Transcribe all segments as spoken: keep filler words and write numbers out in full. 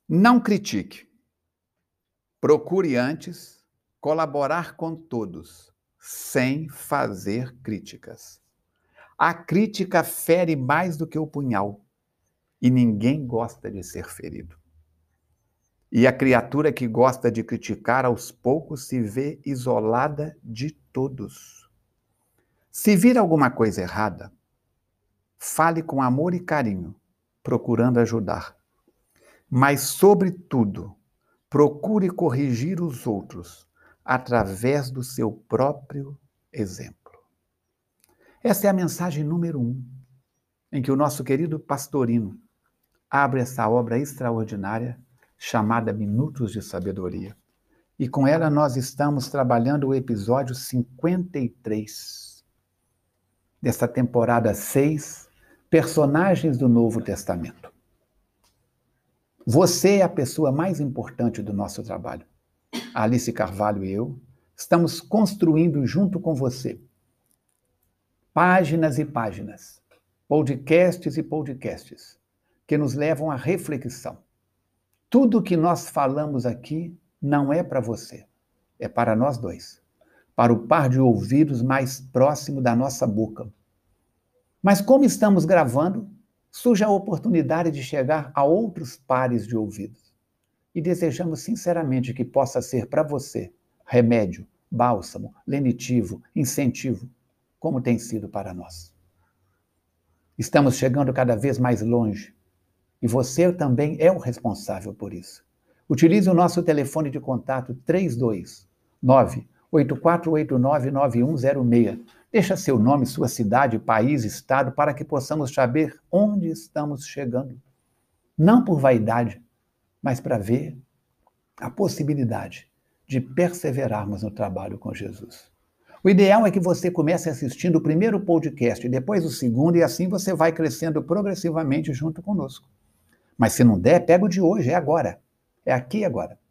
Não critique. Procure antes colaborar com todos, sem fazer críticas. A crítica fere mais do que o punhal, e ninguém gosta de ser ferido. E a criatura que gosta de criticar aos poucos se vê isolada de todos. Se vir alguma coisa errada, fale com amor e carinho, procurando ajudar. Mas, sobretudo, procure corrigir os outros através do seu próprio exemplo. Essa é a mensagem número um, em que o nosso querido Pastorino abre essa obra extraordinária chamada Minutos de Sabedoria. E com ela nós estamos trabalhando o episódio cinquenta e três dessa temporada seis, Personagens do Novo Testamento. Você é a pessoa mais importante do nosso trabalho. A Alice Carvalho e eu estamos construindo junto com você páginas e páginas, podcasts e podcasts, que nos levam à reflexão. Tudo que nós falamos aqui não é para você, é para nós dois, para o par de ouvidos mais próximo da nossa boca. Mas como estamos gravando, surge a oportunidade de chegar a outros pares de ouvidos. E desejamos sinceramente que possa ser para você remédio, bálsamo, lenitivo, incentivo, como tem sido para nós. Estamos chegando cada vez mais longe e você também é o responsável por isso. Utilize o nosso telefone de contato três dois nove, oito quatro oito nove, nove um zero seis. Deixa seu nome, sua cidade, país, estado, para que possamos saber onde estamos chegando. Não por vaidade, mas para ver a possibilidade de perseverarmos no trabalho com Jesus. O ideal é que você comece assistindo o primeiro podcast, depois o segundo, e assim você vai crescendo progressivamente junto conosco. Mas se não der, pega o de hoje, é agora. É aqui e agora.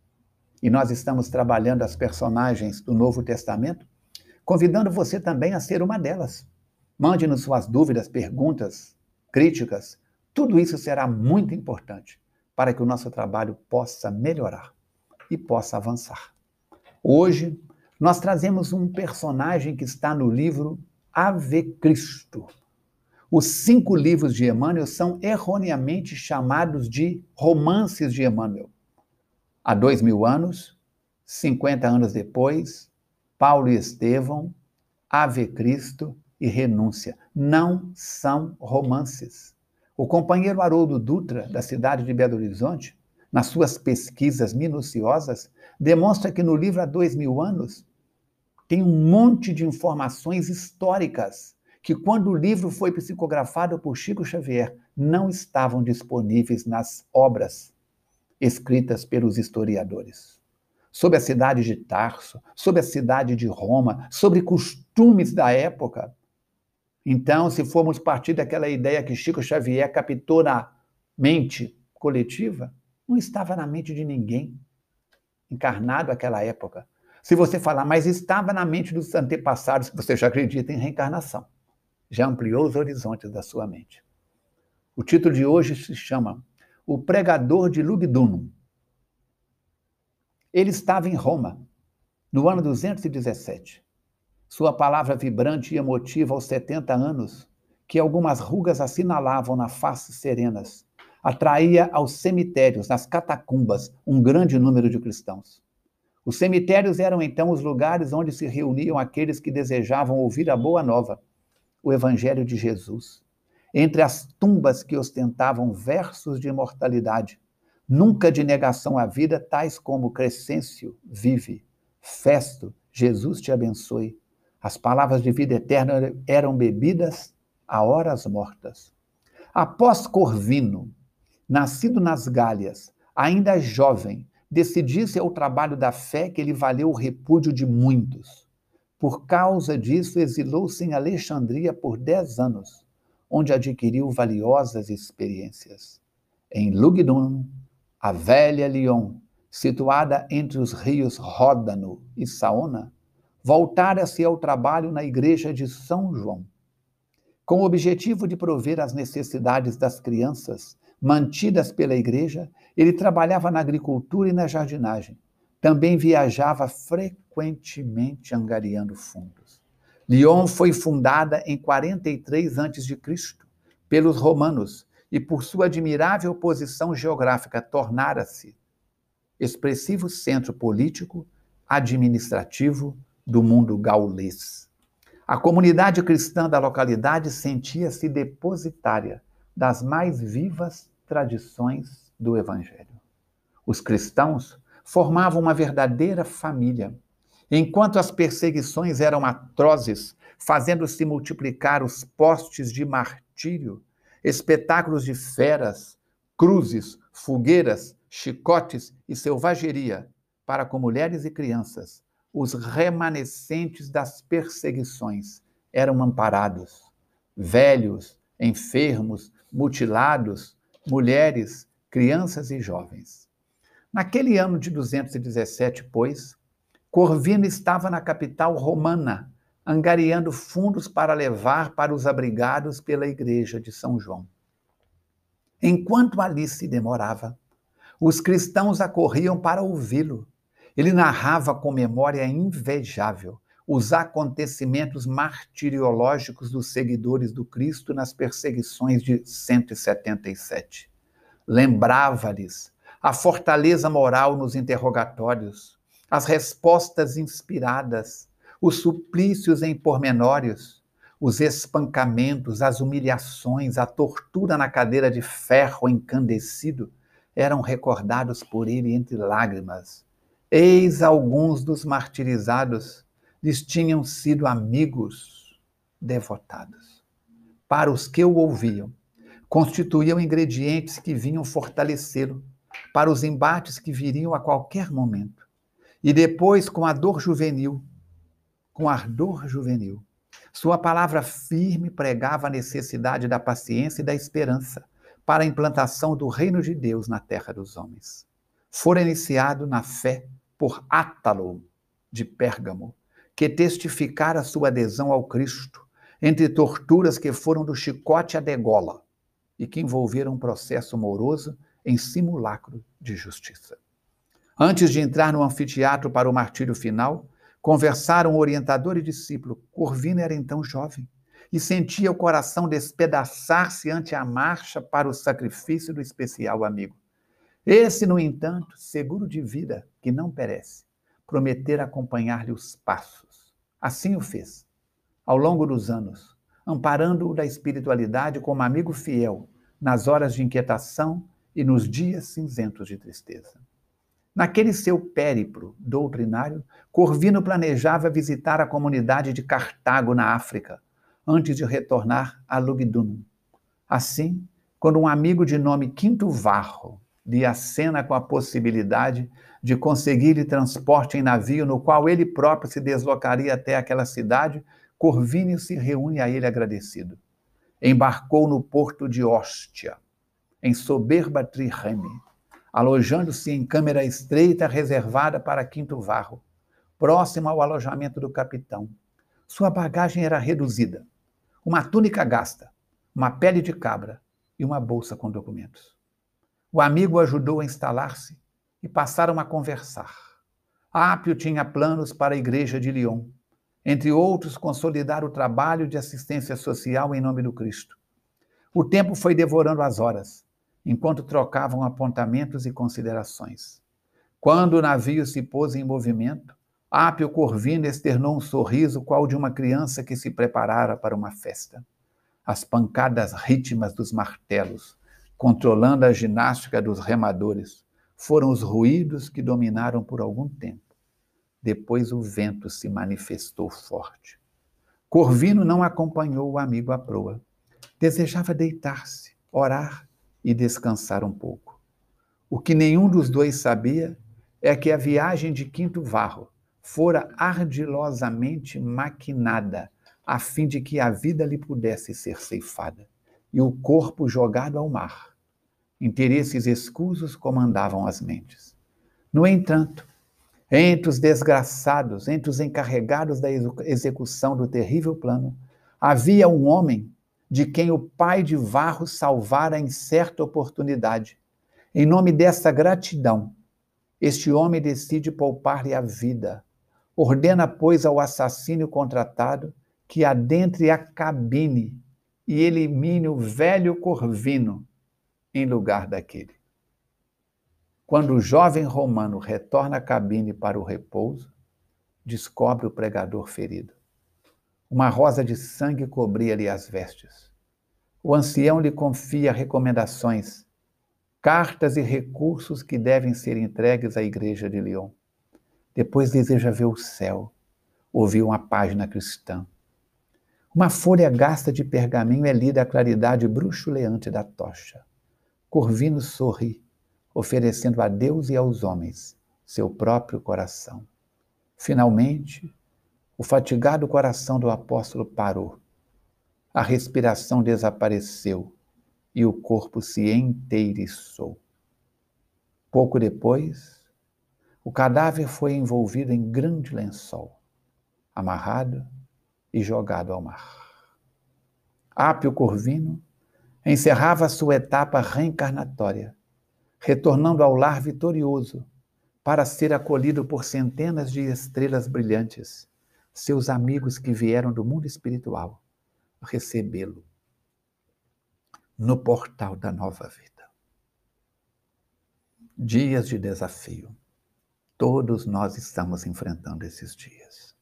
E nós estamos trabalhando as personagens do Novo Testamento, convidando você também a ser uma delas. Mande-nos suas dúvidas, perguntas, críticas. Tudo isso será muito importante para que o nosso trabalho possa melhorar e possa avançar. Hoje, nós trazemos um personagem que está no livro Ave Cristo. Os cinco livros de Emmanuel são erroneamente chamados de romances de Emmanuel. Há dois mil anos, cinquenta anos depois, Paulo e Estevão, Ave Cristo e Renúncia. Não são romances. O companheiro Haroldo Dutra, da cidade de Belo Horizonte, nas suas pesquisas minuciosas, demonstra que no livro há dois mil anos tem um monte de informações históricas que, quando o livro foi psicografado por Chico Xavier, não estavam disponíveis nas obras escritas pelos historiadores. Sobre a cidade de Tarso, sobre a cidade de Roma, sobre costumes da época. Então, se formos partir daquela ideia que Chico Xavier captou na mente coletiva, não estava na mente de ninguém encarnado naquela época. Se você falar, mas estava na mente dos antepassados, você já acredita em reencarnação. Já ampliou os horizontes da sua mente. O título de hoje se chama O Pregador de Lugdunum. Ele estava em Roma, no ano duzentos e dezessete. Sua palavra vibrante e emotiva aos setenta anos, que algumas rugas assinalavam nas faces serenas, atraía aos cemitérios, nas catacumbas, um grande número de cristãos. Os cemitérios eram então os lugares onde se reuniam aqueles que desejavam ouvir a boa nova, o Evangelho de Jesus. Entre as tumbas que ostentavam versos de imortalidade, nunca de negação à vida, tais como Crescêncio, vive, Festo, Jesus te abençoe. As palavras de vida eterna eram bebidas a horas mortas. Após Corvino, nascido nas Gálias, ainda jovem, decidisse ao trabalho da fé que lhe valeu o repúdio de muitos. Por causa disso, exilou-se em Alexandria por dez anos, onde adquiriu valiosas experiências. Em Lugdunum, a velha Lyon, situada entre os rios Ródano e Saona, voltara-se ao trabalho na igreja de São João. Com o objetivo de prover as necessidades das crianças, mantidas pela igreja, ele trabalhava na agricultura e na jardinagem. Também viajava frequentemente angariando fundos. Lyon foi fundada em quarenta e três antes de Cristo pelos romanos e, por sua admirável posição geográfica, tornara-se expressivo centro político, administrativo do mundo gaulês. A comunidade cristã da localidade sentia-se depositária das mais vivas tradições do Evangelho. Os cristãos formavam uma verdadeira família. Enquanto as perseguições eram atrozes, fazendo-se multiplicar os postes de martírio, espetáculos de feras, cruzes, fogueiras, chicotes e selvageria para com mulheres e crianças, os remanescentes das perseguições eram amparados. Velhos, enfermos, mutilados, mulheres, crianças e jovens. Naquele ano de duzentos e dezessete, pois, Corvino estava na capital romana, angariando fundos para levar para os abrigados pela igreja de São João. Enquanto ali se demorava, os cristãos acorriam para ouvi-lo. Ele narrava com memória invejável os acontecimentos martiriológicos dos seguidores do Cristo nas perseguições de cento e setenta e sete. Lembrava-lhes a fortaleza moral nos interrogatórios, as respostas inspiradas, os suplícios em pormenores, os espancamentos, as humilhações, a tortura na cadeira de ferro encandecido, eram recordados por ele entre lágrimas. Eis alguns dos martirizados, lhes tinham sido amigos devotados. Para os que o ouviam, constituíam ingredientes que vinham fortalecê-lo, para os embates que viriam a qualquer momento. E depois, com a dor juvenil, com ardor juvenil, sua palavra firme pregava a necessidade da paciência e da esperança para a implantação do reino de Deus na terra dos homens. Fora iniciado na fé por Átalo, de Pérgamo, que testificara sua adesão ao Cristo, entre torturas que foram do chicote à degola e que envolveram um processo moroso em simulacro de justiça. Antes de entrar no anfiteatro para o martírio final, conversaram orientador e discípulo. Corvino era então jovem e sentia o coração despedaçar-se ante a marcha para o sacrifício do especial amigo. Esse, no entanto, seguro de vida, que não perece, prometera acompanhar-lhe os passos. Assim o fez, ao longo dos anos, amparando-o da espiritualidade como amigo fiel, nas horas de inquietação e nos dias cinzentos de tristeza. Naquele seu périplo doutrinário, Corvino planejava visitar a comunidade de Cartago, na África, antes de retornar a Lugdunum. Assim, quando um amigo de nome Quinto Varro lhe acena com a possibilidade de conseguir-lhe transporte em navio, no qual ele próprio se deslocaria até aquela cidade, Corvino se reúne a ele agradecido. Embarcou no porto de Ostia, em soberba trireme, alojando-se em câmara estreita reservada para Quinto Varro, próximo ao alojamento do capitão. Sua bagagem era reduzida, uma túnica gasta, uma pele de cabra e uma bolsa com documentos. O amigo o ajudou a instalar-se e passaram a conversar. Ápio tinha planos para a igreja de Lyon, entre outros, consolidar o trabalho de assistência social em nome do Cristo. O tempo foi devorando as horas, enquanto trocavam apontamentos e considerações. Quando o navio se pôs em movimento, Ápio Corvino externou um sorriso qual de uma criança que se preparara para uma festa. As pancadas rítmias dos martelos, controlando a ginástica dos remadores, foram os ruídos que dominaram por algum tempo. Depois o vento se manifestou forte. Corvino não acompanhou o amigo à proa. Desejava deitar-se, orar e descansar um pouco. O que nenhum dos dois sabia é que a viagem de Quinto Varro fora ardilosamente maquinada a fim de que a vida lhe pudesse ser ceifada e o corpo jogado ao mar. Interesses escusos comandavam as mentes. No entanto, entre os desgraçados, entre os encarregados da execução do terrível plano, havia um homem de quem o pai de Varro salvara em certa oportunidade. Em nome dessa gratidão, este homem decide poupar-lhe a vida. Ordena, pois, ao assassino contratado que adentre a cabine e elimine o velho Corvino em lugar daquele. Quando o jovem romano retorna à cabine para o repouso, descobre o pregador ferido. Uma rosa de sangue cobria-lhe as vestes. O ancião lhe confia recomendações, cartas e recursos que devem ser entregues à igreja de Lyon. Depois deseja ver o céu, ouvir uma página cristã. Uma folha gasta de pergaminho é lida à claridade bruxuleante da tocha. Corvino sorri, oferecendo a Deus e aos homens seu próprio coração. Finalmente, o fatigado coração do apóstolo parou. A respiração desapareceu e o corpo se enteiriçou. Pouco depois, o cadáver foi envolvido em grande lençol, amarrado e jogado ao mar. Apio Corvino encerrava sua etapa reencarnatória, retornando ao lar vitorioso para ser acolhido por centenas de estrelas brilhantes, seus amigos que vieram do mundo espiritual recebê-lo no portal da nova vida. Dias de desafio. Todos nós estamos enfrentando esses dias.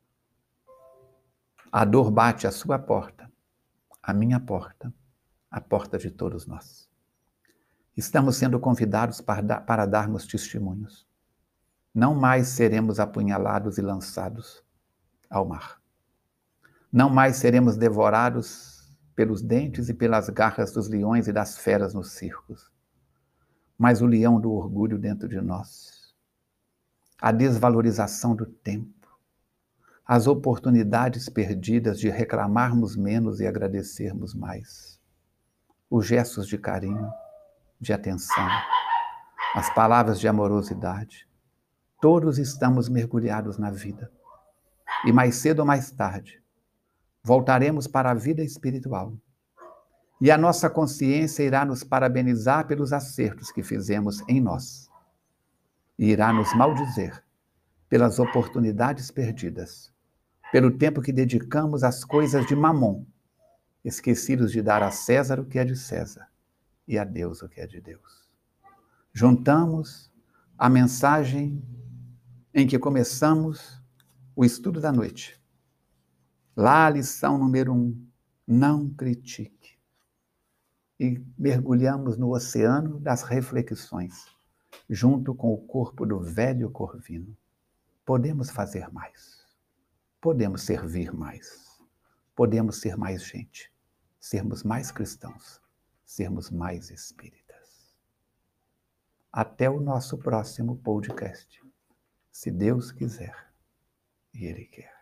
A dor bate à sua porta, à minha porta, à porta de todos nós. Estamos sendo convidados para, dar, para darmos testemunhos. Não mais seremos apunhalados e lançados ao mar. Não mais seremos devorados pelos dentes e pelas garras dos leões e das feras nos circos. Mas o leão do orgulho dentro de nós, a desvalorização do tempo, as oportunidades perdidas de reclamarmos menos e agradecermos mais, os gestos de carinho, de atenção, as palavras de amorosidade, todos estamos mergulhados na vida. E mais cedo ou mais tarde, voltaremos para a vida espiritual. E a nossa consciência irá nos parabenizar pelos acertos que fizemos em nós. E irá nos maldizer pelas oportunidades perdidas, pelo tempo que dedicamos às coisas de Mamon, esquecidos de dar a César o que é de César e a Deus o que é de Deus. Juntamos a mensagem em que começamos o estudo da noite. Lá a lição número um, não critique. E mergulhamos no oceano das reflexões, junto com o corpo do velho Corvino. Podemos fazer mais. Podemos servir mais. Podemos ser mais gente. Sermos mais cristãos. Sermos mais espíritas. Até o nosso próximo podcast. Se Deus quiser e Ele quer.